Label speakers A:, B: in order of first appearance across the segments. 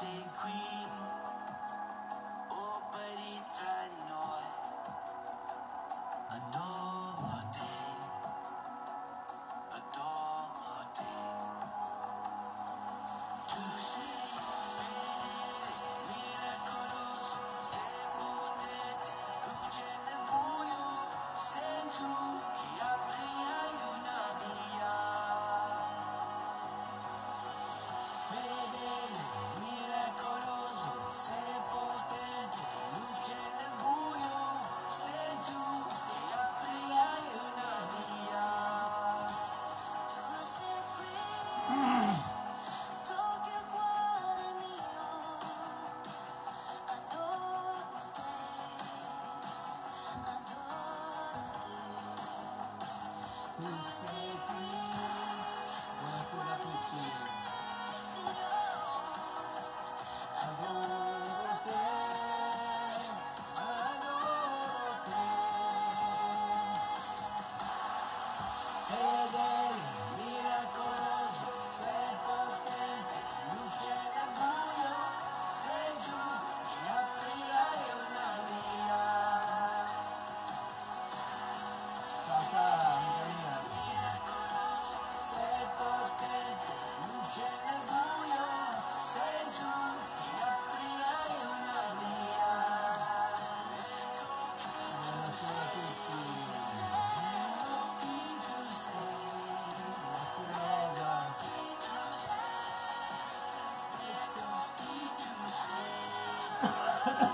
A: sei qui, oh buddy, tra di noi, adoro te, adoro te. Tu sei miracoloso, sei potente, luce nel buio, sei tu che aprirai una via. Fedele, miracoloso, sei potente, luce nel buio, sei tu che aprirai una via. Tu sei qui, tocchi il cuore mio, adoro te, adoro te. Tu sei qui, buonasera a tutti. Adoro te, adoro te. Fedele, miracoloso, sei potente, luce nel buio, sei tu che aprirai una via. Ciao Sara, amica mia. Miracoloso, sei potente, luce nel buio, sei tu che aprirai una via. Buonasera a tutti. Ecco chi tu sei. Buonasera. Chi tu sei. Ecco chi tu sei.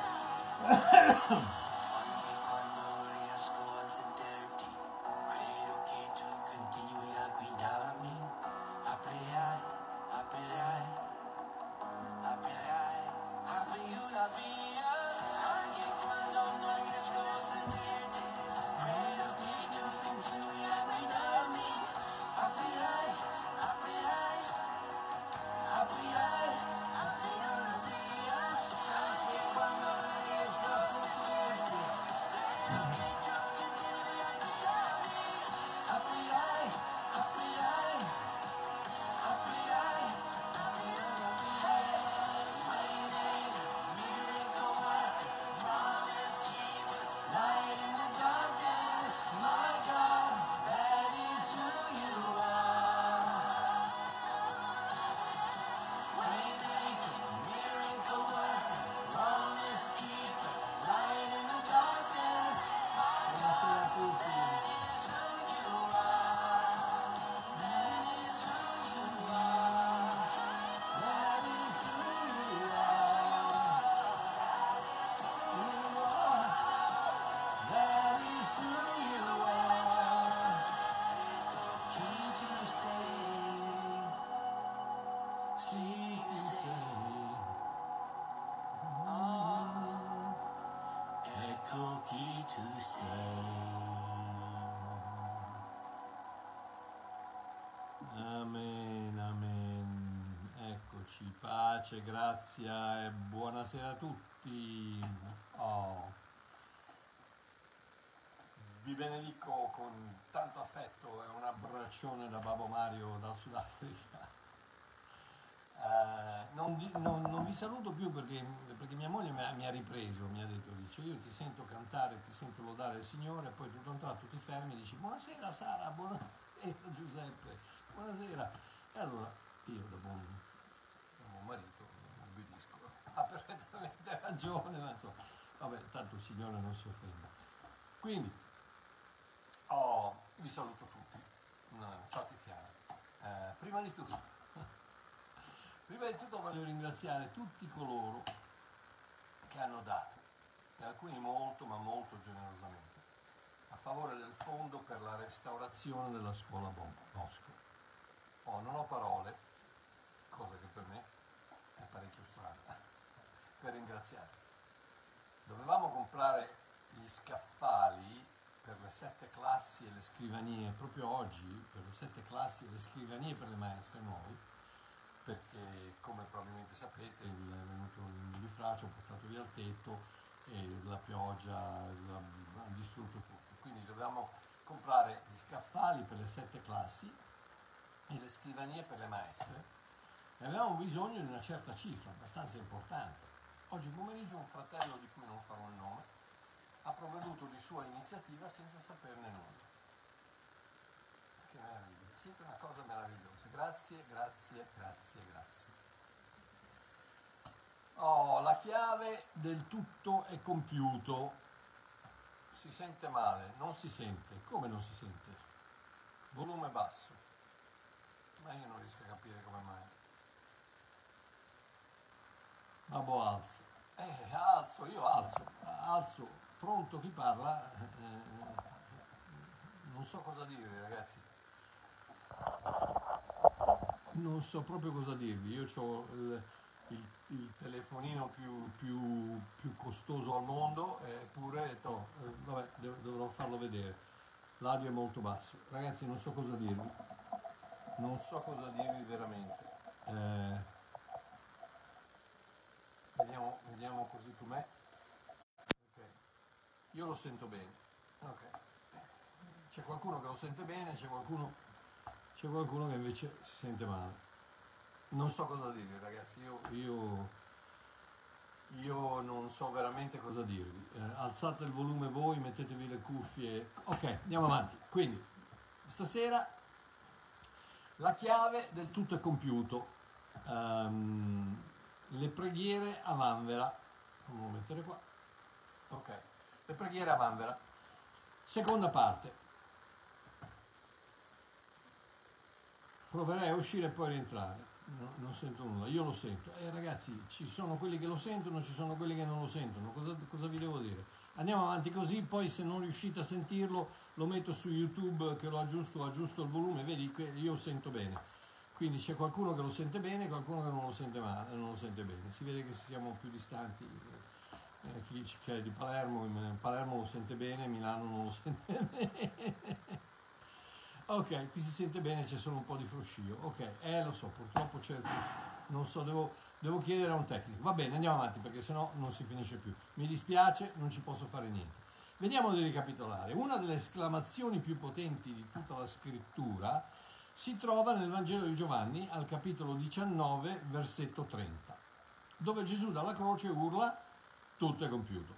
A: Quando non riesco a sentirti, credo che tu continui a guidarmi. Aprirai, aprirai, aprirai, apri una via. Anche quando non riesco a sentirti, credo che tu continui a guidarmi. Aprirai, aprirai, aprirai, apri una via. Anche quando non riesco a sentirti, credo che tu continui a guidarmi. Aprirai, aprirai, aprirai, apri una via. Miracle worker, promise keeper, light in the darkness, my God, that is who you are. Waymaker, miracle worker, promise keeper, light in the darkness, my God, that is who you are. That is who you are. That is who you are. You are. That is who you are. Chi tu sei. Sì, tu sei. Oh, ecco chi tu sei.
B: Amen, amen. Eccoci, pace, grazia e buonasera a tutti. Oh, vi benedico con tanto affetto e un abbraccione da Babbo Mario dal Sudafrica. Non vi saluto più perché mia moglie mi ha ripreso, mi ha detto, dice, io ti sento cantare, ti sento lodare il Signore, e poi tutto a un tratto ti fermi e dici buonasera Sara, buonasera Giuseppe, buonasera. E allora io da buon marito obbedisco, ha perfettamente ragione, ma insomma, vabbè, tanto il Signore non si offende. Quindi, vi saluto tutti. Ciao Tiziana. Prima di tutto voglio ringraziare tutti coloro che hanno dato, e alcuni molto ma molto generosamente, a favore del fondo per la restaurazione della scuola Bosco. Non ho parole, cosa che per me è parecchio strana, per ringraziarvi. Dovevamo comprare gli scaffali per le 7 classi e le scrivanie, proprio oggi, per le 7 classi e le scrivanie per le maestre nuovi, perché come probabilmente sapete è venuto il nubifragio, ha portato via il tetto e la pioggia ha distrutto tutto. Quindi dovevamo comprare gli scaffali per le 7 classi e le scrivanie per le maestre, e avevamo bisogno di una certa cifra, abbastanza importante. Oggi pomeriggio un fratello di cui non farò il nome ha provveduto di sua iniziativa senza saperne nulla. Che meraviglia, siete una cosa meravigliosa. Grazie, grazie, grazie, grazie. Oh, la chiave del tutto è compiuto. Si sente male, non si sente. Come non si sente? Volume basso. Ma io non riesco a capire come mai. Vabbè, alzo. Alzo. Pronto, chi parla? Non so cosa dirvi, ragazzi. Non so proprio cosa dirvi. Io ho il telefonino più costoso al mondo, eppure vabbè, dovrò farlo vedere. L'audio è molto basso. Ragazzi, non so cosa dirvi. Non so cosa dirvi veramente. Vediamo così com'è. Ok. Io lo sento bene. Ok. C'è qualcuno che lo sente bene, c'è qualcuno che invece si sente male. Non so cosa dirvi, ragazzi. Io non so veramente cosa dirvi. Alzate il volume voi, mettetevi le cuffie. Ok, andiamo avanti. Quindi, stasera la chiave del tutto è compiuto. Le preghiere a vanvera. Andiamo a mettere qua. Ok, le preghiere a vanvera. Seconda parte. Proverei a uscire e poi rientrare. No, non sento nulla, io lo sento. Ragazzi, ci sono quelli che lo sentono, ci sono quelli che non lo sentono. Cosa vi devo dire? Andiamo avanti così, poi se non riuscite a sentirlo lo metto su YouTube che lo aggiusto il volume, vedi che io sento bene. Quindi c'è qualcuno che lo sente bene, qualcuno che non lo sente male, non lo sente bene. Si vede che siamo più distanti. Chi è di Palermo, Palermo lo sente bene, Milano non lo sente bene. Ok, qui si sente bene, c'è solo un po' di fruscio. Ok, lo so, purtroppo c'è il fruscio. Non so, devo chiedere a un tecnico. Va bene, andiamo avanti perché sennò non si finisce più. Mi dispiace, non ci posso fare niente. Vediamo di ricapitolare. Una delle esclamazioni più potenti di tutta la scrittura si trova nel Vangelo di Giovanni al capitolo 19, versetto 30, dove Gesù dalla croce urla: tutto è compiuto.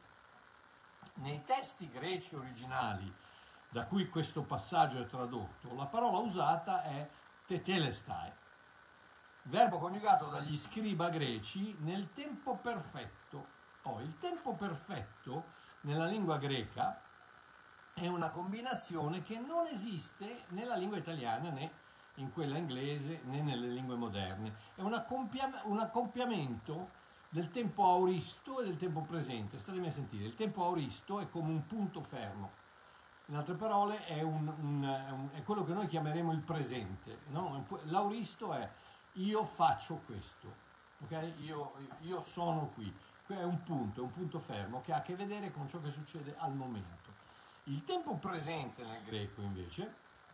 B: Nei testi greci originali da cui questo passaggio è tradotto, la parola usata è tetelestai, verbo coniugato dagli scriba greci nel tempo perfetto. Il tempo perfetto nella lingua greca è una combinazione che non esiste nella lingua italiana né in quella inglese né nelle lingue moderne. È un accoppiamento del tempo auristo e del tempo presente. Statemi a sentire, il tempo auristo è come un punto fermo. In altre parole è quello che noi chiameremo il presente, no? L'auristo è io faccio questo, ok? Io sono qui. Qui è un punto fermo che ha a che vedere con ciò che succede al momento. Il tempo presente nel greco invece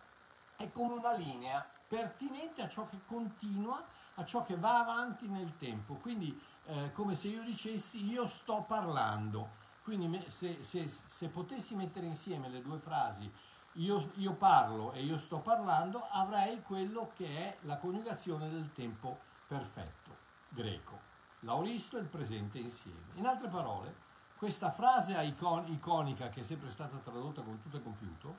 B: è come una linea pertinente a ciò che continua, a ciò che va avanti nel tempo. Quindi come se io dicessi io sto parlando. Quindi se potessi mettere insieme le due frasi io parlo e io sto parlando, avrei quello che è la coniugazione del tempo perfetto greco. L'auristo e il presente insieme. In altre parole, questa frase iconica che è sempre stata tradotta con tutto è compiuto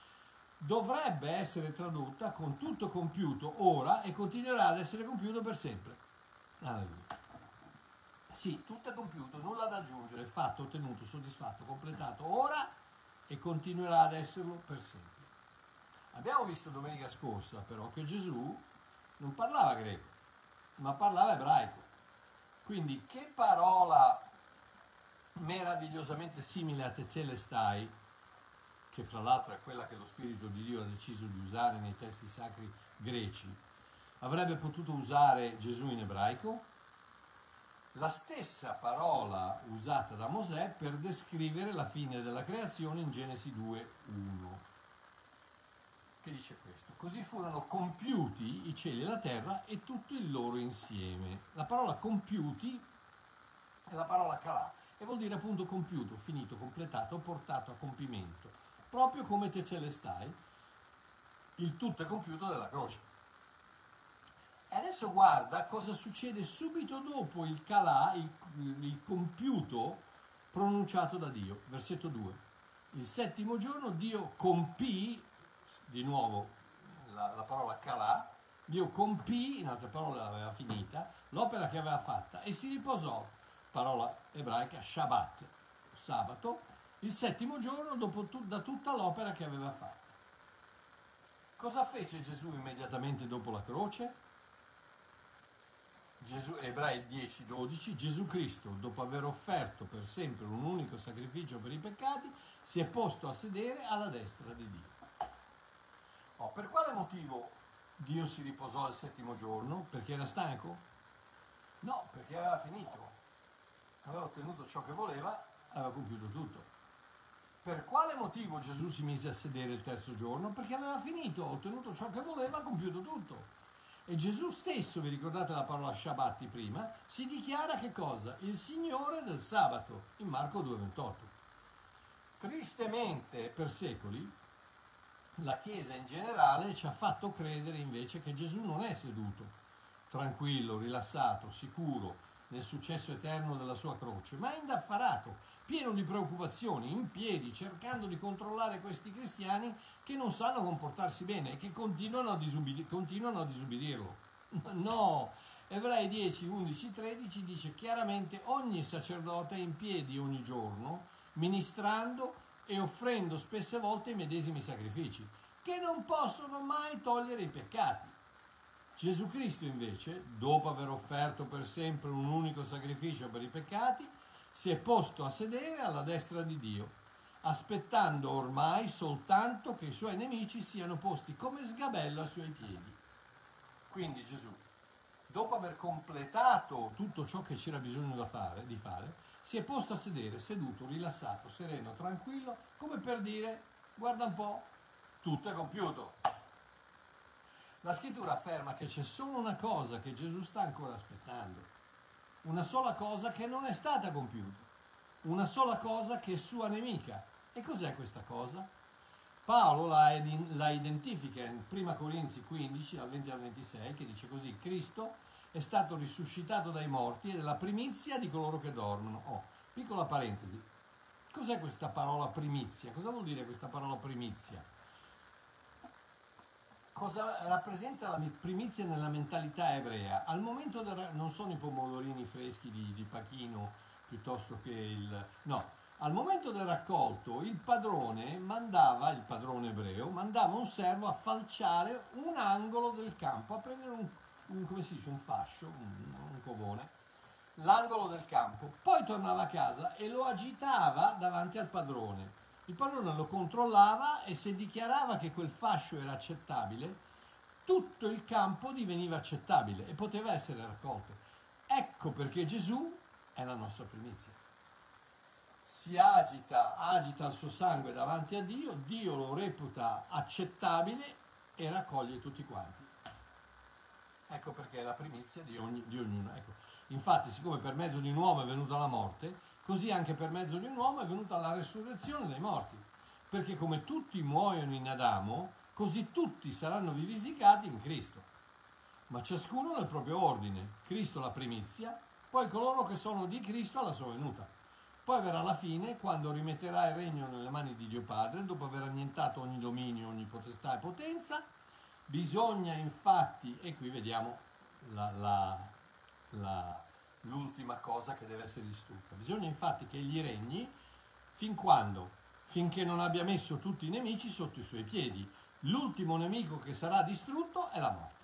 B: dovrebbe essere tradotta con tutto compiuto ora e continuerà ad essere compiuto per sempre. Alleluia. Sì, tutto è compiuto, nulla da aggiungere, fatto, ottenuto, soddisfatto, completato ora e continuerà ad esserlo per sempre. Abbiamo visto domenica scorsa però che Gesù non parlava greco, ma parlava ebraico. Quindi che parola meravigliosamente simile a tetelestai, che fra l'altro è quella che lo Spirito di Dio ha deciso di usare nei testi sacri greci, avrebbe potuto usare Gesù in ebraico? La stessa parola usata da Mosè per descrivere la fine della creazione in Genesi 2:1, che dice questo: così furono compiuti i cieli e la terra e tutto il loro insieme. La parola compiuti è la parola kalà e vuol dire appunto compiuto, finito, completato, portato a compimento, proprio come tetelestai, il tutto è compiuto della croce. E adesso guarda cosa succede subito dopo il calà, il compiuto pronunciato da Dio. Versetto 2. Il settimo giorno Dio compì, di nuovo la parola calà, Dio compì, in altre parole l'aveva finita, l'opera che aveva fatta e si riposò, parola ebraica, Shabbat, sabato, il settimo giorno da tutta l'opera che aveva fatta. Cosa fece Gesù immediatamente dopo la croce? Ebrei 10:12, Gesù Cristo, dopo aver offerto per sempre un unico sacrificio per i peccati, si è posto a sedere alla destra di Dio. Per quale motivo Dio si riposò il settimo giorno? Perché era stanco? No, perché aveva finito. Aveva ottenuto ciò che voleva, aveva compiuto tutto. Per quale motivo Gesù si mise a sedere il terzo giorno? Perché aveva finito, ottenuto ciò che voleva, compiuto tutto. E Gesù stesso, vi ricordate la parola Shabbat di prima, si dichiara che cosa? Il Signore del sabato, in Marco 2,28. Tristemente, per secoli, la Chiesa in generale ci ha fatto credere invece che Gesù non è seduto, tranquillo, rilassato, sicuro nel successo eterno della sua croce, ma è indaffarato, pieno di preoccupazioni, in piedi, cercando di controllare questi cristiani che non sanno comportarsi bene e che continuano a disubbidirlo. No, Ebrei 10, 11, 13 dice chiaramente ogni sacerdote è in piedi ogni giorno, ministrando e offrendo spesse volte i medesimi sacrifici, che non possono mai togliere i peccati. Gesù Cristo invece, dopo aver offerto per sempre un unico sacrificio per i peccati, si è posto a sedere alla destra di Dio, aspettando ormai soltanto che i suoi nemici siano posti come sgabello ai suoi piedi. Quindi Gesù, dopo aver completato tutto ciò che c'era bisogno di fare, si è posto a sedere, seduto, rilassato, sereno, tranquillo, come per dire, guarda un po', tutto è compiuto. La scrittura afferma che c'è solo una cosa che Gesù sta ancora aspettando, una sola cosa che non è stata compiuta, una sola cosa che è sua nemica. E cos'è questa cosa? Paolo la identifica in 1 Corinzi 15, al 20 al 26, che dice così: Cristo è stato risuscitato dai morti ed è la primizia di coloro che dormono. Piccola parentesi, cos'è questa parola primizia? Cosa vuol dire questa parola primizia? Cosa rappresenta la primizia nella mentalità ebrea? Al momento non sono i pomodorini freschi di Pachino piuttosto che al momento del raccolto il padrone ebreo mandava un servo a falciare un angolo del campo, a prendere un fascio, un covone, l'angolo del campo, poi tornava a casa e lo agitava davanti al padrone. Il padrone lo controllava e se dichiarava che quel fascio era accettabile, tutto il campo diveniva accettabile e poteva essere raccolto. Ecco perché Gesù è la nostra primizia. Si agita il suo sangue davanti a Dio, Dio lo reputa accettabile e raccoglie tutti quanti. Ecco perché è la primizia di ognuno. Ecco. Infatti, siccome per mezzo di un uomo è venuta la morte, così anche per mezzo di un uomo è venuta la resurrezione dei morti. Perché come tutti muoiono in Adamo, così tutti saranno vivificati in Cristo. Ma ciascuno nel proprio ordine. Cristo la primizia, poi coloro che sono di Cristo alla sua venuta. Poi verrà la fine, quando rimetterà il regno nelle mani di Dio Padre, dopo aver annientato ogni dominio, ogni potestà e potenza. Bisogna infatti, e qui vediamo l'ultima cosa che deve essere distrutta, bisogna infatti che egli regni fin quando? Finché non abbia messo tutti i nemici sotto i suoi piedi. L'ultimo nemico che sarà distrutto è la morte.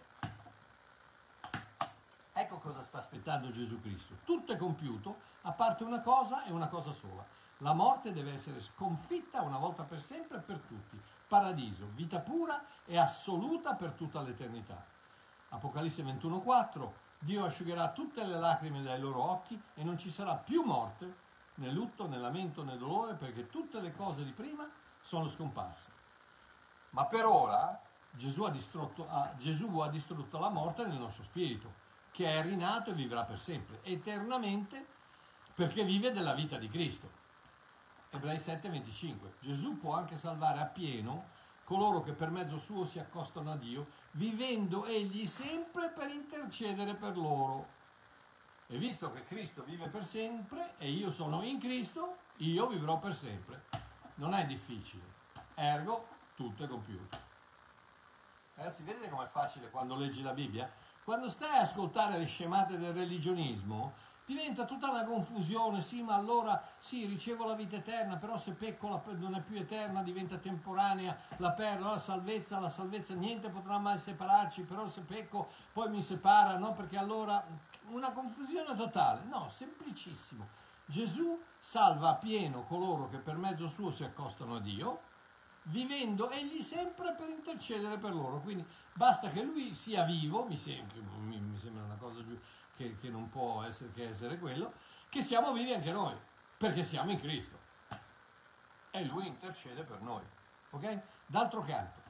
B: Ecco cosa sta aspettando Gesù Cristo. Tutto è compiuto, a parte una cosa e una cosa sola. La morte deve essere sconfitta una volta per sempre e per tutti. Paradiso, vita pura e assoluta per tutta l'eternità. Apocalisse 21,4: Dio asciugherà tutte le lacrime dai loro occhi e non ci sarà più morte, né lutto, né lamento, né dolore, perché tutte le cose di prima sono scomparse. Ma per ora Gesù ha distrutto la morte nel nostro spirito, che è rinato e vivrà per sempre, eternamente, perché vive della vita di Cristo. Ebrei 7,25. Gesù può anche salvare appieno coloro che per mezzo suo si accostano a Dio, vivendo egli sempre per intercedere per loro. E visto che Cristo vive per sempre e io sono in Cristo, io vivrò per sempre. Non è difficile. Ergo, tutto è compiuto. Ragazzi, vedete com'è facile quando leggi la Bibbia? Quando stai a ascoltare le scemate del religionismo, diventa tutta una confusione. Sì, ma allora sì, ricevo la vita eterna, però se pecco non è più eterna, diventa temporanea, la perdo, la salvezza, niente potrà mai separarci, però se pecco poi mi separa, no? Perché allora una confusione totale. No, semplicissimo. Gesù salva a pieno coloro che per mezzo suo si accostano a Dio, vivendo egli sempre per intercedere per loro. Quindi basta che lui sia vivo, mi sembra una cosa che non può essere che essere quello, che siamo vivi anche noi, perché siamo in Cristo. E lui intercede per noi. Ok? D'altro canto,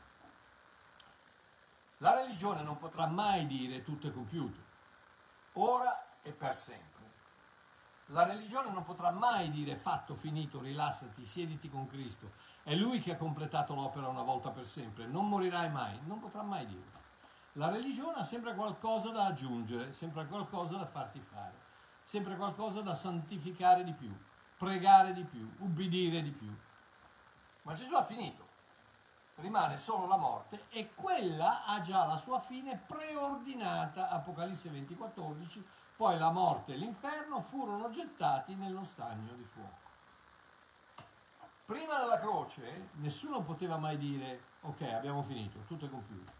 B: la religione non potrà mai dire tutto è compiuto, ora e per sempre. La religione non potrà mai dire fatto, finito, rilassati, siediti con Cristo. È Lui che ha completato l'opera una volta per sempre, non morirai mai, non potrà mai dirlo. La religione ha sempre qualcosa da aggiungere, sempre qualcosa da farti fare, sempre qualcosa da santificare di più, pregare di più, ubbidire di più. Ma Gesù ha finito, rimane solo la morte e quella ha già la sua fine preordinata, Apocalisse 20,14, poi la morte e l'inferno furono gettati nello stagno di fuoco. Prima della croce nessuno poteva mai dire ok, abbiamo finito, tutto è compiuto.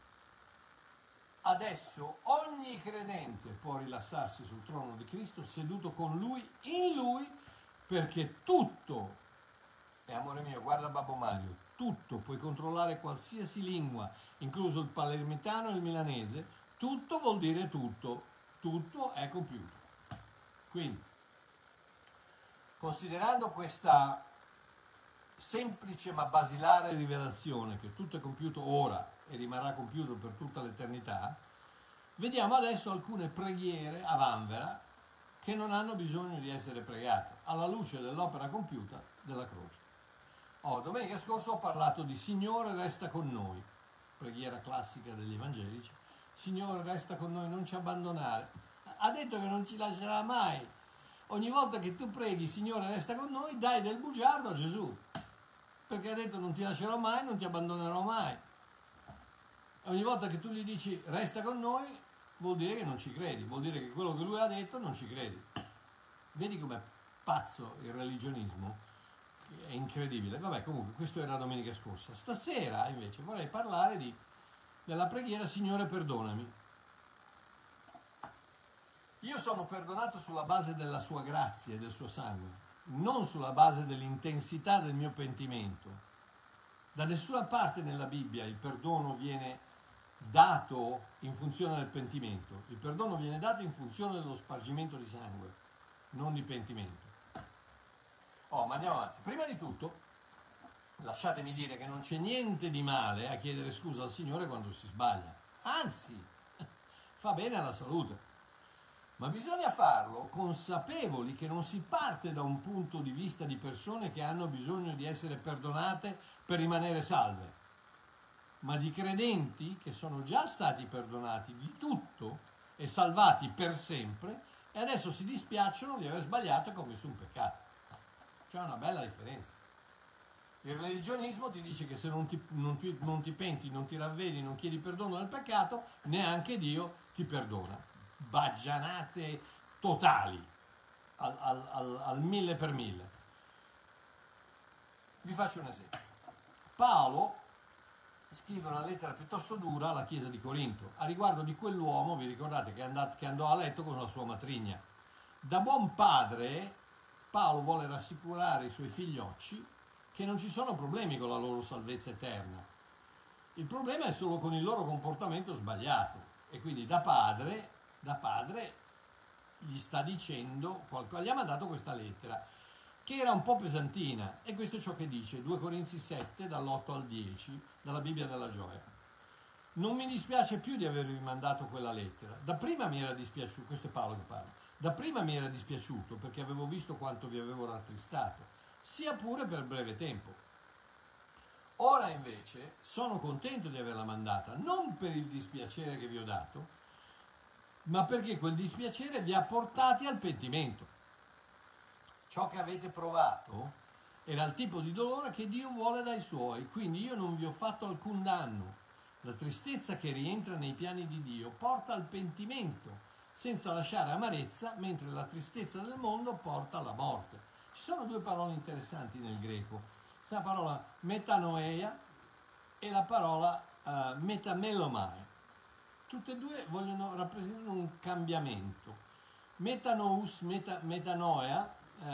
B: Adesso ogni credente può rilassarsi sul trono di Cristo seduto con Lui, in Lui, perché tutto, e amore mio, guarda Babbo Mario, tutto, puoi controllare qualsiasi lingua, incluso il palermitano e il milanese, tutto vuol dire tutto, tutto è compiuto. Quindi, considerando questa semplice ma basilare rivelazione che tutto è compiuto ora e rimarrà compiuto per tutta l'eternità, vediamo adesso alcune preghiere a vanvera che non hanno bisogno di essere pregate alla luce dell'opera compiuta della croce. Domenica scorsa ho parlato di Signore resta con noi, preghiera classica degli evangelici. Signore resta con noi, non ci abbandonare. Ha detto che non ci lascerà mai. Ogni volta che tu preghi Signore resta con noi, dai del bugiardo a Gesù, perché ha detto non ti lascerò mai, non ti abbandonerò mai. Ogni volta che tu gli dici resta con noi, vuol dire che non ci credi, vuol dire che quello che lui ha detto non ci credi. Vedi com'è pazzo il religionismo? È incredibile. Vabbè, comunque, questo era domenica scorsa. Stasera, invece, vorrei parlare della preghiera Signore perdonami. Io sono perdonato sulla base della sua grazia e del suo sangue, non sulla base dell'intensità del mio pentimento. Da nessuna parte nella Bibbia il perdono viene dato in funzione del pentimento. Il perdono viene dato in funzione dello spargimento di sangue, non di pentimento. Ma andiamo avanti. Prima di tutto, lasciatemi dire che non c'è niente di male a chiedere scusa al Signore quando si sbaglia. Anzi, fa bene alla salute. Ma bisogna farlo consapevoli che non si parte da un punto di vista di persone che hanno bisogno di essere perdonate per rimanere salve, ma di credenti che sono già stati perdonati di tutto e salvati per sempre e adesso si dispiacciono di aver sbagliato e commesso un peccato. C'è una bella differenza. Il religionismo ti dice che se non ti penti, non ti ravvedi, non chiedi perdono del peccato, neanche Dio ti perdona. Baggianate totali al 1000%. Vi faccio un esempio. Paolo scrive una lettera piuttosto dura alla chiesa di Corinto a riguardo di quell'uomo, vi ricordate, che andò a letto con la sua matrigna. Da buon padre Paolo vuole rassicurare i suoi figliocci che non ci sono problemi con la loro salvezza eterna. Il problema è solo con il loro comportamento sbagliato e quindi da padre gli sta dicendo qualcosa, gli ha mandato questa lettera che era un po' pesantina e questo è ciò che dice 2 Corinzi 7 dall'8 al 10 dalla Bibbia della Gioia. Non mi dispiace più di avervi mandato quella lettera, dapprima mi era dispiaciuto, questo è Paolo che parla, dapprima mi era dispiaciuto perché avevo visto quanto vi avevo rattristato, sia pure per breve tempo. Ora invece sono contento di averla mandata, non per il dispiacere che vi ho dato, ma perché quel dispiacere vi ha portati al pentimento. Ciò che avete provato era il tipo di dolore che Dio vuole dai suoi, quindi io non vi ho fatto alcun danno. La tristezza che rientra nei piani di Dio porta al pentimento, senza lasciare amarezza, mentre la tristezza del mondo porta alla morte. Ci sono due parole interessanti nel greco, la parola metanoia e la parola metamelomai. Tutte e due rappresentano un cambiamento. Metanous, metanoia,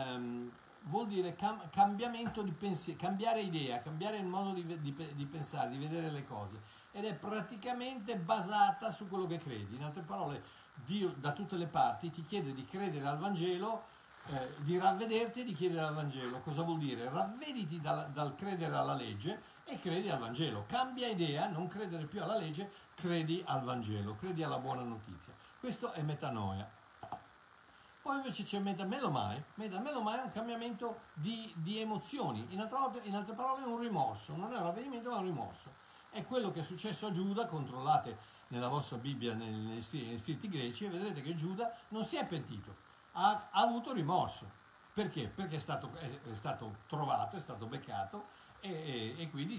B: vuol dire cambiamento di pensiero, cambiare idea, cambiare il modo di pensare, di vedere le cose, ed è praticamente basata su quello che credi. In altre parole, Dio da tutte le parti ti chiede di credere al Vangelo, di ravvederti e di chiedere al Vangelo. Cosa vuol dire? Ravvediti dal credere alla legge e credi al Vangelo. Cambia idea, non credere più alla legge, credi al Vangelo, credi alla buona notizia. Questo è metanoia. Poi invece c'è metamelomai. Metamelomai è un cambiamento di emozioni. In altre parole è un rimorso. Non è un ravvedimento, ma è un rimorso. È quello che è successo a Giuda. Controllate nella vostra Bibbia, negli scritti greci, e vedrete che Giuda non si è pentito. Ha avuto rimorso. Perché? Perché è stato trovato, è stato beccato e quindi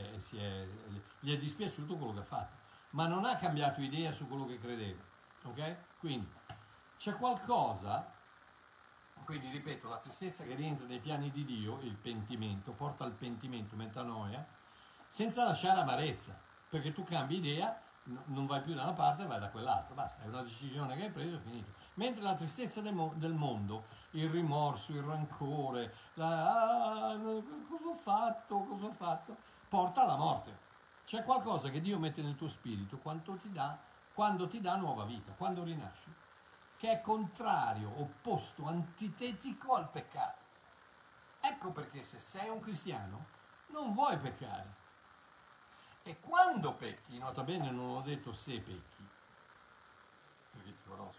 B: gli è dispiaciuto quello che ha fatto. Ma non ha cambiato idea su quello che credeva. Ok? Quindi c'è qualcosa, quindi ripeto, la tristezza che rientra nei piani di Dio, il pentimento, porta al pentimento, metanoia, senza lasciare amarezza, perché tu cambi idea, non vai più da una parte, vai da quell'altra, basta, è una decisione che hai preso, è finito. Mentre la tristezza del mondo, il rimorso, il rancore, cosa ho fatto, porta alla morte. C'è qualcosa che Dio mette nel tuo spirito quando ti dà nuova vita, quando rinasci, che è contrario, opposto, antitetico al peccato. Ecco perché se sei un cristiano non vuoi peccare. E quando pecchi, nota bene, non ho detto se pecchi, perché ti conosco,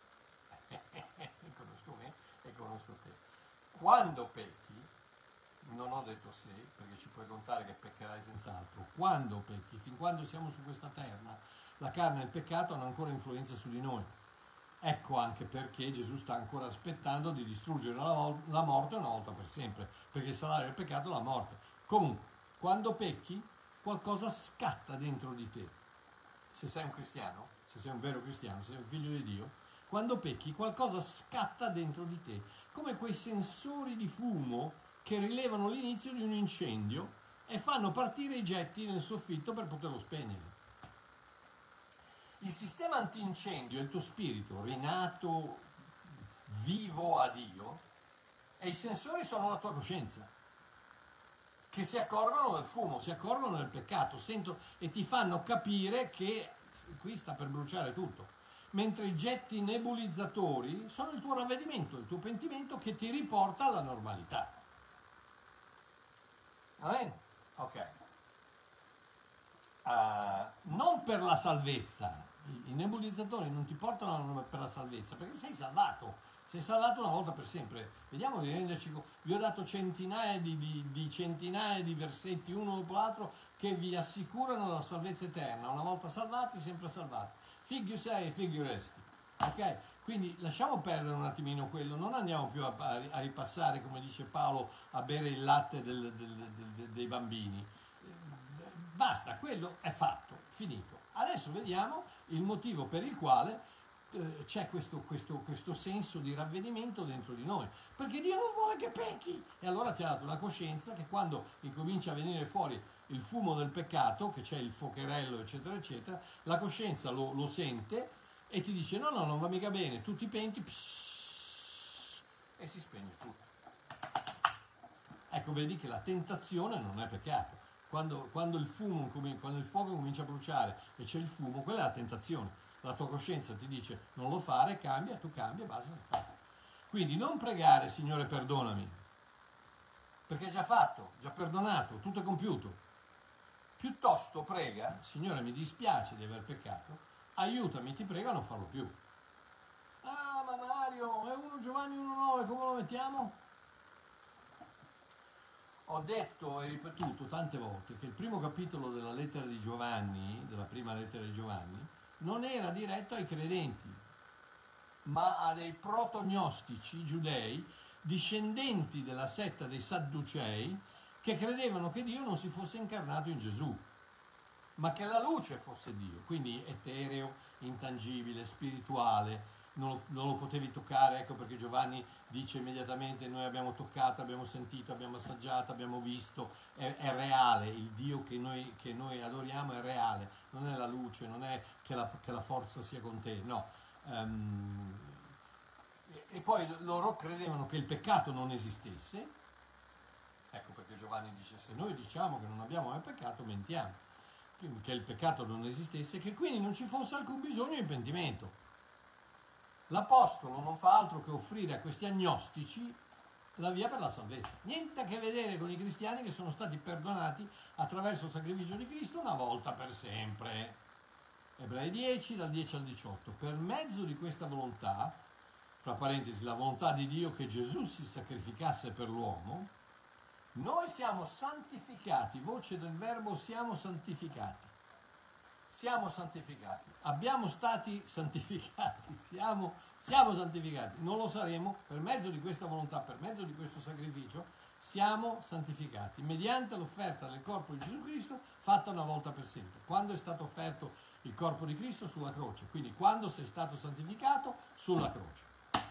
B: conosco me e conosco te. Quando pecchi, non ho detto se, perché ci puoi contare che peccherai senz'altro. Quando pecchi, fin quando siamo su questa terra, la carne e il peccato hanno ancora influenza su di noi. Ecco anche perché Gesù sta ancora aspettando di distruggere la morte una volta per sempre, perché il salario del peccato è la morte. Comunque, quando pecchi, qualcosa scatta dentro di te. Se sei un cristiano, se sei un vero cristiano, se sei un figlio di Dio, quando pecchi qualcosa scatta dentro di te, come quei sensori di fumo che rilevano l'inizio di un incendio e fanno partire i getti nel soffitto per poterlo spegnere. Il sistema antincendio è il tuo spirito rinato, vivo a Dio, e i sensori sono la tua coscienza, che si accorgono del fumo, si accorgono del peccato, sentono e ti fanno capire che qui sta per bruciare tutto. Mentre i getti nebulizzatori sono il tuo ravvedimento, il tuo pentimento che ti riporta alla normalità. Amen? Ok. Non per la salvezza. I nebulizzatori non ti portano per la salvezza, perché sei salvato una volta per sempre. Vediamo di renderci conto. Vi ho dato centinaia di versetti uno dopo l'altro che vi assicurano la salvezza eterna. Una volta salvati, sempre salvati. Figlio sei e figlio resti. Ok? Quindi lasciamo perdere un attimino quello, non andiamo più a ripassare, come dice Paolo, a bere il latte dei bambini. Basta, quello è fatto, finito. Adesso vediamo il motivo per il quale c'è questo senso di ravvedimento dentro di noi, perché Dio non vuole che pecchi, e allora ti ha dato una coscienza che quando incomincia a venire fuori il fumo del peccato, che c'è il focherello eccetera eccetera, la coscienza lo sente e ti dice no, non va mica bene, tu ti penti, e si spegne tutto. Ecco, vedi che la tentazione non è peccato. Quando il fuoco comincia a bruciare e c'è il fumo, quella è la tentazione. La tua coscienza ti dice non lo fare, cambia, tu cambia, basta, si fa. Quindi non pregare Signore perdonami, perché è già fatto, già perdonato, tutto è compiuto. Piuttosto prega Signore, mi dispiace di aver peccato, aiutami, ti prego a non farlo più. Ah, ma Mario, è 1 Giovanni 1,9, come lo mettiamo? ho detto e ripetuto tante volte che il primo capitolo della lettera di Giovanni, della prima lettera di Giovanni, non era diretto ai credenti, ma a dei protognostici giudei, discendenti della setta dei Sadducei, che credevano che Dio non si fosse incarnato in Gesù, ma che la luce fosse Dio, quindi etereo, intangibile, spirituale, non lo potevi toccare, ecco perché Giovanni dice immediatamente: noi abbiamo toccato, abbiamo sentito, abbiamo assaggiato, abbiamo visto, è reale, il Dio che noi adoriamo è reale, non è la luce, non è che la forza sia con te, no. E poi loro credevano che il peccato non esistesse, ecco perché Giovanni dice: se noi diciamo che non abbiamo mai peccato, mentiamo, quindi che il peccato non esistesse, che quindi non ci fosse alcun bisogno di pentimento. L'Apostolo non fa altro che offrire a questi agnostici la via per la salvezza. Niente a che vedere con i cristiani che sono stati perdonati attraverso il sacrificio di Cristo una volta per sempre. Ebrei 10, dal 10 al 18. Per mezzo di questa volontà, fra parentesi, la volontà di Dio che Gesù si sacrificasse per l'uomo, noi siamo santificati, voce del verbo siamo santificati. Siamo santificati, abbiamo stati santificati, siamo santificati, non lo saremo per mezzo di questa volontà, per mezzo di questo sacrificio, siamo santificati, mediante l'offerta del corpo di Gesù Cristo fatta una volta per sempre. Quando è stato offerto il corpo di Cristo? Sulla croce, quindi quando sei stato santificato? Sulla croce.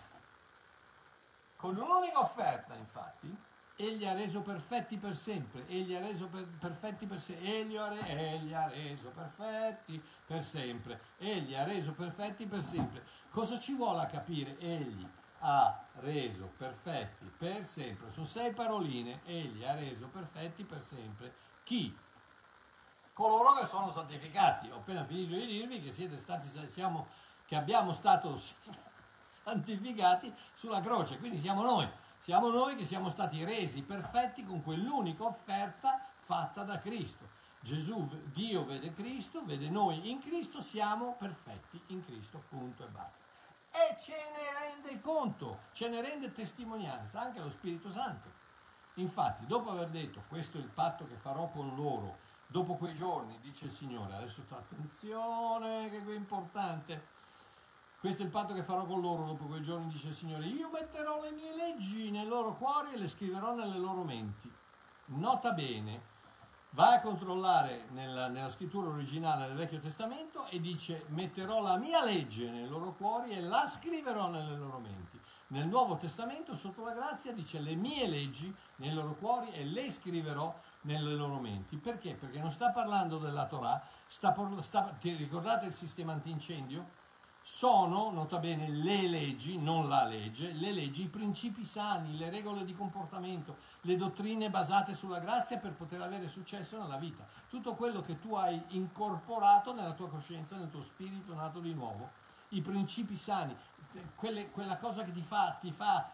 B: Con un'unica offerta, infatti, Egli ha reso perfetti per sempre, Egli ha reso perfetti per sempre, Egli ha reso perfetti per sempre, Egli ha reso perfetti per sempre. Cosa ci vuole a capire? Egli ha reso perfetti per sempre. Sono 6 paroline, Egli ha reso perfetti per sempre. Chi? Coloro che sono santificati. Ho appena finito di dirvi che che abbiamo stato santificati sulla croce, quindi siamo noi. Siamo noi che siamo stati resi perfetti con quell'unica offerta fatta da Cristo. Gesù, Dio vede Cristo, vede noi in Cristo, siamo perfetti in Cristo, punto e basta. E ce ne rende conto, ce ne rende testimonianza anche lo Spirito Santo. Infatti, dopo aver detto: questo è il patto che farò con loro, dopo quei giorni, dice il Signore, adesso attenzione che è importante, questo è il patto che farò con loro dopo quei giorni, dice il Signore. Io metterò le mie leggi nei loro cuori e le scriverò nelle loro menti. Nota bene, vai a controllare nella scrittura originale del Vecchio Testamento e dice: metterò la mia legge nei loro cuori e la scriverò nelle loro menti. Nel Nuovo Testamento, sotto la grazia, dice: le mie leggi nei loro cuori e le scriverò nelle loro menti. Perché? Perché non sta parlando della Torah, ti ricordate il sistema antincendio? Sono, nota bene, le leggi, non la legge, le leggi, i principi sani, le regole di comportamento, le dottrine basate sulla grazia per poter avere successo nella vita. Tutto quello che tu hai incorporato nella tua coscienza, nel tuo spirito nato di nuovo, i principi sani, quella cosa che ti fa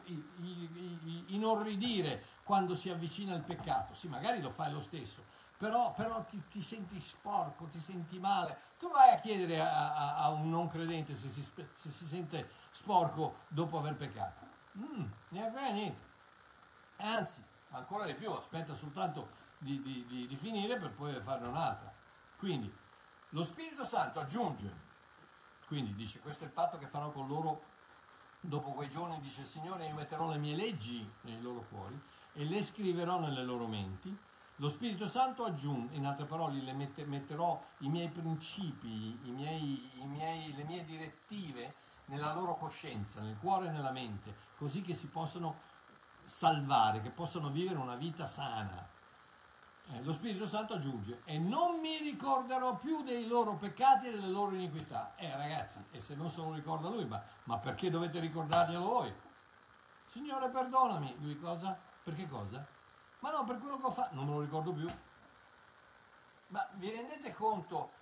B: inorridire quando si avvicina il peccato. Sì, magari lo fai lo stesso, però ti senti sporco, ti senti male. Tu vai a chiedere a un non credente se si sente sporco dopo aver peccato. Ne frega niente. Anzi, ancora di più, aspetta soltanto di finire per poi farne un'altra. Quindi, lo Spirito Santo aggiunge, quindi dice: questo è il patto che farò con loro dopo quei giorni, dice il Signore, io metterò le mie leggi nei loro cuori e le scriverò nelle loro menti. Lo Spirito Santo aggiunge, in altre parole, metterò i miei principi, le mie direttive nella loro coscienza, nel cuore e nella mente, così che si possano salvare, che possano vivere una vita sana. Lo Spirito Santo aggiunge: e non mi ricorderò più dei loro peccati e delle loro iniquità. Ragazzi, e se non se lo ricorda lui, ma perché dovete ricordarglielo voi? Signore, perdonami. Lui cosa? Perché cosa? Ma no, per quello che ho fatto, non me lo ricordo più. Ma vi rendete conto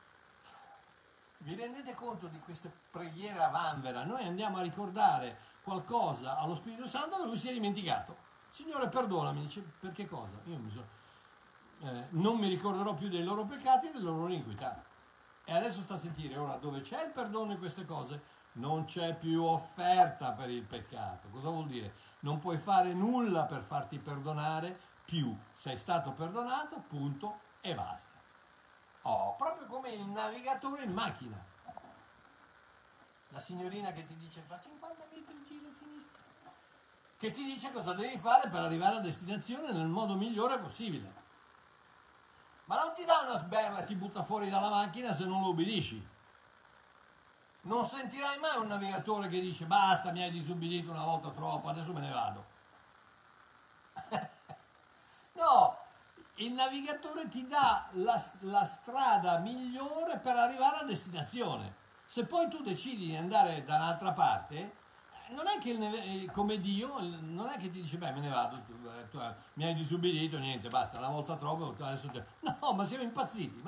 B: di questa preghiera vanvera? Noi andiamo a ricordare qualcosa allo Spirito Santo che lui si è dimenticato. Signore, perdonami. Dice: per che cosa? Non mi ricorderò più dei loro peccati e delle loro iniquità. E adesso sta a sentire, ora, dove c'è il perdono in queste cose, non c'è più offerta per il peccato. Cosa vuol dire? Non puoi fare nulla per farti perdonare più, sei stato perdonato, punto e basta. Oh, proprio come il navigatore in macchina. La signorina che ti dice fra 50 metri gira a sinistra, che ti dice cosa devi fare per arrivare a destinazione nel modo migliore possibile. Ma non ti dà una sberla e ti butta fuori dalla macchina se non lo obbedisci. Non sentirai mai un navigatore che dice basta, mi hai disubbidito una volta troppo, adesso me ne vado. No, il navigatore ti dà la strada migliore per arrivare a destinazione. Se poi tu decidi di andare da un'altra parte, non è che come Dio, non è che ti dice beh me ne vado, tu mi hai disubbidito, niente, basta, una volta troppo, adesso no, ma siamo impazziti.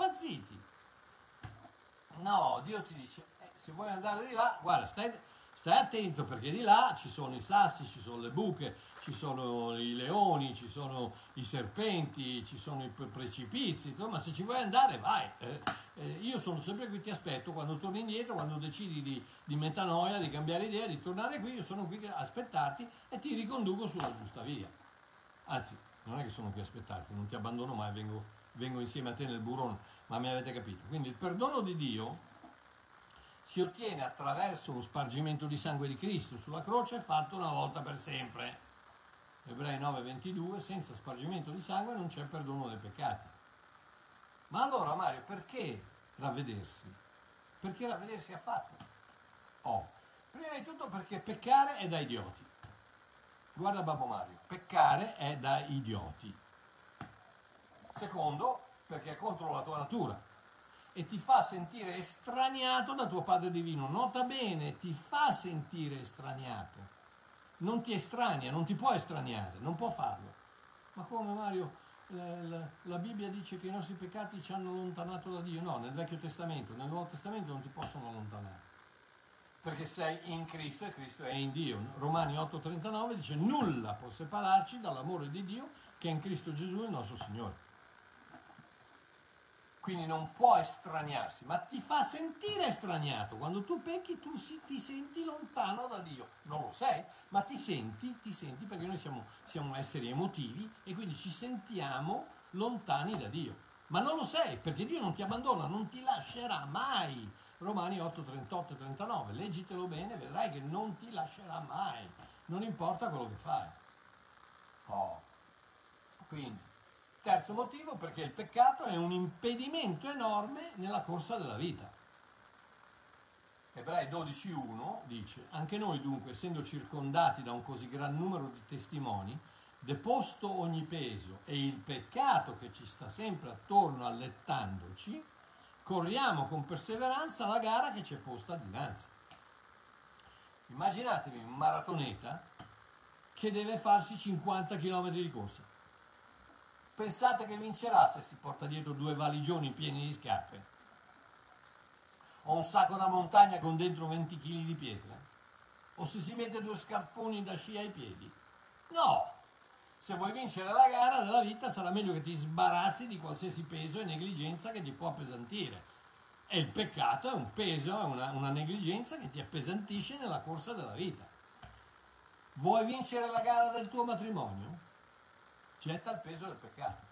B: No, Dio ti dice, se vuoi andare di là, guarda, stai attento perché di là ci sono i sassi, ci sono le buche, ci sono i leoni, ci sono i serpenti, ci sono i precipizi, ma se ci vuoi andare vai. Io sono sempre qui, ti aspetto, quando torni indietro, quando decidi di metanoia, di cambiare idea, di tornare qui, io sono qui a aspettarti e ti riconduco sulla giusta via. Anzi, non è che sono qui a aspettarti, non ti abbandono mai, vengo insieme a te nel burrone, ma mi avete capito. Quindi il perdono di Dio si ottiene attraverso lo spargimento di sangue di Cristo sulla croce fatto una volta per sempre. Ebrei 9:22, senza spargimento di sangue non c'è perdono dei peccati. Ma allora Mario, perché ravvedersi? Perché ravvedersi affatto? Prima di tutto perché peccare è da idioti. Guarda Babbo Mario, peccare è da idioti. Secondo, perché è contro la tua natura e ti fa sentire estraniato da tuo Padre Divino. Nota bene, ti fa sentire estraniato. Non ti estranea, non ti può estraniare, non può farlo. Ma come Mario? La Bibbia dice che i nostri peccati ci hanno allontanato da Dio. No, nel Vecchio Testamento, nel Nuovo Testamento non ti possono allontanare. Perché sei in Cristo e Cristo è in Dio. Romani 8:39 dice nulla può separarci dall'amore di Dio che è in Cristo Gesù il nostro Signore. Quindi non può estraniarsi, ma ti fa sentire estraniato. Quando tu pecchi tu ti senti lontano da Dio. Non lo sei, ma ti senti perché noi siamo esseri emotivi e quindi ci sentiamo lontani da Dio. Ma non lo sei, perché Dio non ti abbandona, non ti lascerà mai. Romani 8, 38 e 39, leggitelo bene, vedrai che non ti lascerà mai, non importa quello che fai. Quindi, terzo motivo, perché il peccato è un impedimento enorme nella corsa della vita. Ebrei 12:1 dice, anche noi dunque, essendo circondati da un così gran numero di testimoni, deposto ogni peso e il peccato che ci sta sempre attorno allettandoci, corriamo con perseveranza la gara che ci è posta dinanzi. Immaginatevi un maratoneta che deve farsi 50 km di corsa. Pensate che vincerà se si porta dietro 2 valigioni pieni di scarpe? O un sacco da montagna con dentro 20 kg di pietra? O se si mette 2 scarponi da sci ai piedi? No! Se vuoi vincere la gara della vita sarà meglio che ti sbarazzi di qualsiasi peso e negligenza che ti può appesantire. E il peccato è un peso, è una negligenza che ti appesantisce nella corsa della vita. Vuoi vincere la gara del tuo matrimonio? Getta il peso del peccato.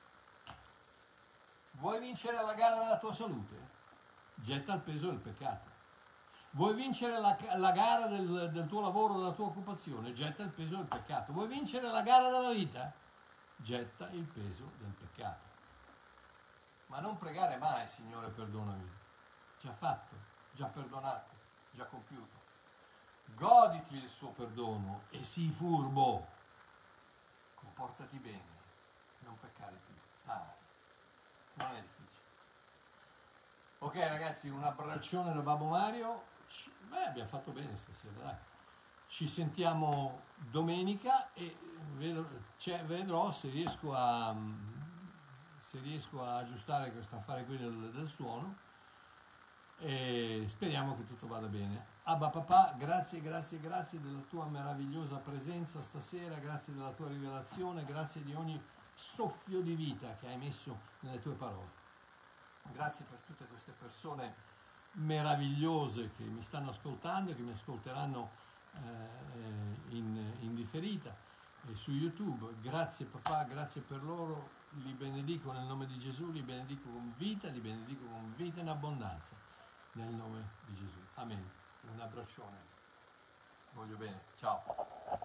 B: Vuoi vincere la gara della tua salute? Getta il peso del peccato. Vuoi vincere la gara del tuo lavoro, della tua occupazione? Getta il peso del peccato. Vuoi vincere la gara della vita? Getta il peso del peccato. Ma non pregare mai, Signore, perdonami. Già fatto, già perdonato, già compiuto. Goditi il suo perdono e sii furbo. Comportati bene, non peccare più. Non è difficile. Ok ragazzi, un abbraccione da Babbo Mario. Abbiamo fatto bene stasera, dai. Ci sentiamo domenica e vedrò se riesco a aggiustare questo affare qui del suono e speriamo che tutto vada bene. Abba papà, grazie della tua meravigliosa presenza stasera, grazie della tua rivelazione, grazie di ogni soffio di vita che hai messo nelle tue parole. Grazie per tutte queste persone meravigliose che mi stanno ascoltando e che mi ascolteranno in differita. e su YouTube. Grazie papà, grazie per loro, li benedico nel nome di Gesù, li benedico con vita in abbondanza, nel nome di Gesù. Amen. Un abbraccione, voglio bene, ciao.